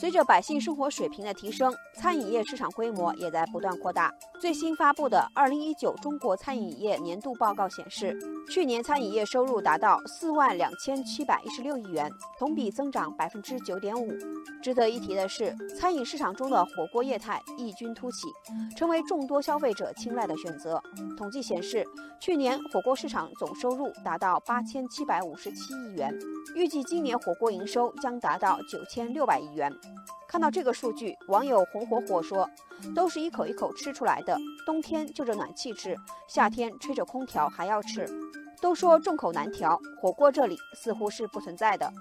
随着百姓生活水平的提升，餐饮业市场规模也在不断扩大。最新发布的2019中国餐饮业年度报告显示，去年餐饮业收入达到42716亿元，同比增长9.5%。值得一提的是，餐饮市场中的火锅业态异军突起，成为众多消费者青睐的选择。统计显示，去年火锅市场总收入达到8757亿元，预计今年火锅营收将达到9600亿元。看到这个数据，网友红火火说，都是一口一口吃出来的，冬天就着暖气吃，夏天吹着空调还要吃。都说众口难调，火锅这里似乎是不存在的。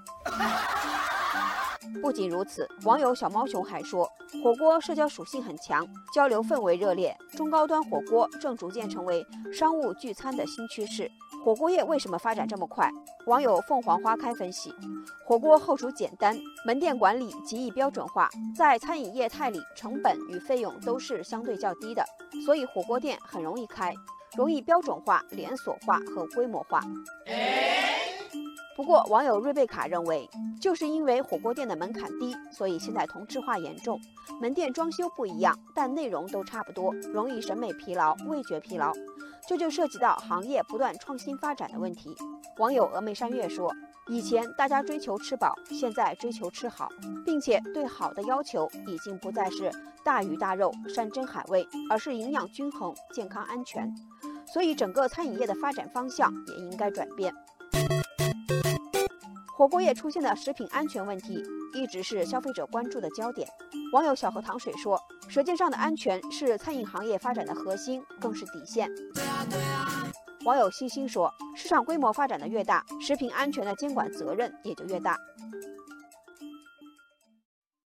不仅如此，网友小猫熊还说，火锅社交属性很强，交流氛围热烈，中高端火锅正逐渐成为商务聚餐的新趋势。火锅业为什么发展这么快？网友凤凰花开分析，火锅后厨简单，门店管理极易标准化，在餐饮业态里成本与费用都是相对较低的，所以火锅店很容易开，容易标准化、连锁化和规模化。不过，网友瑞贝卡认为，就是因为火锅店的门槛低，所以现在同质化严重，门店装修不一样，但内容都差不多，容易审美疲劳、味觉疲劳，这就涉及到行业不断创新发展的问题。网友峨眉山月说，以前大家追求吃饱，现在追求吃好，并且对好的要求已经不再是大鱼大肉、山珍海味，而是营养均衡、健康安全。所以整个餐饮业的发展方向也应该转变。火锅业出现的食品安全问题一直是消费者关注的焦点。网友小河糖水说，舌尖上的安全是餐饮行业发展的核心，更是底线。网友星星说，市场规模发展的越大，食品安全的监管责任也就越大。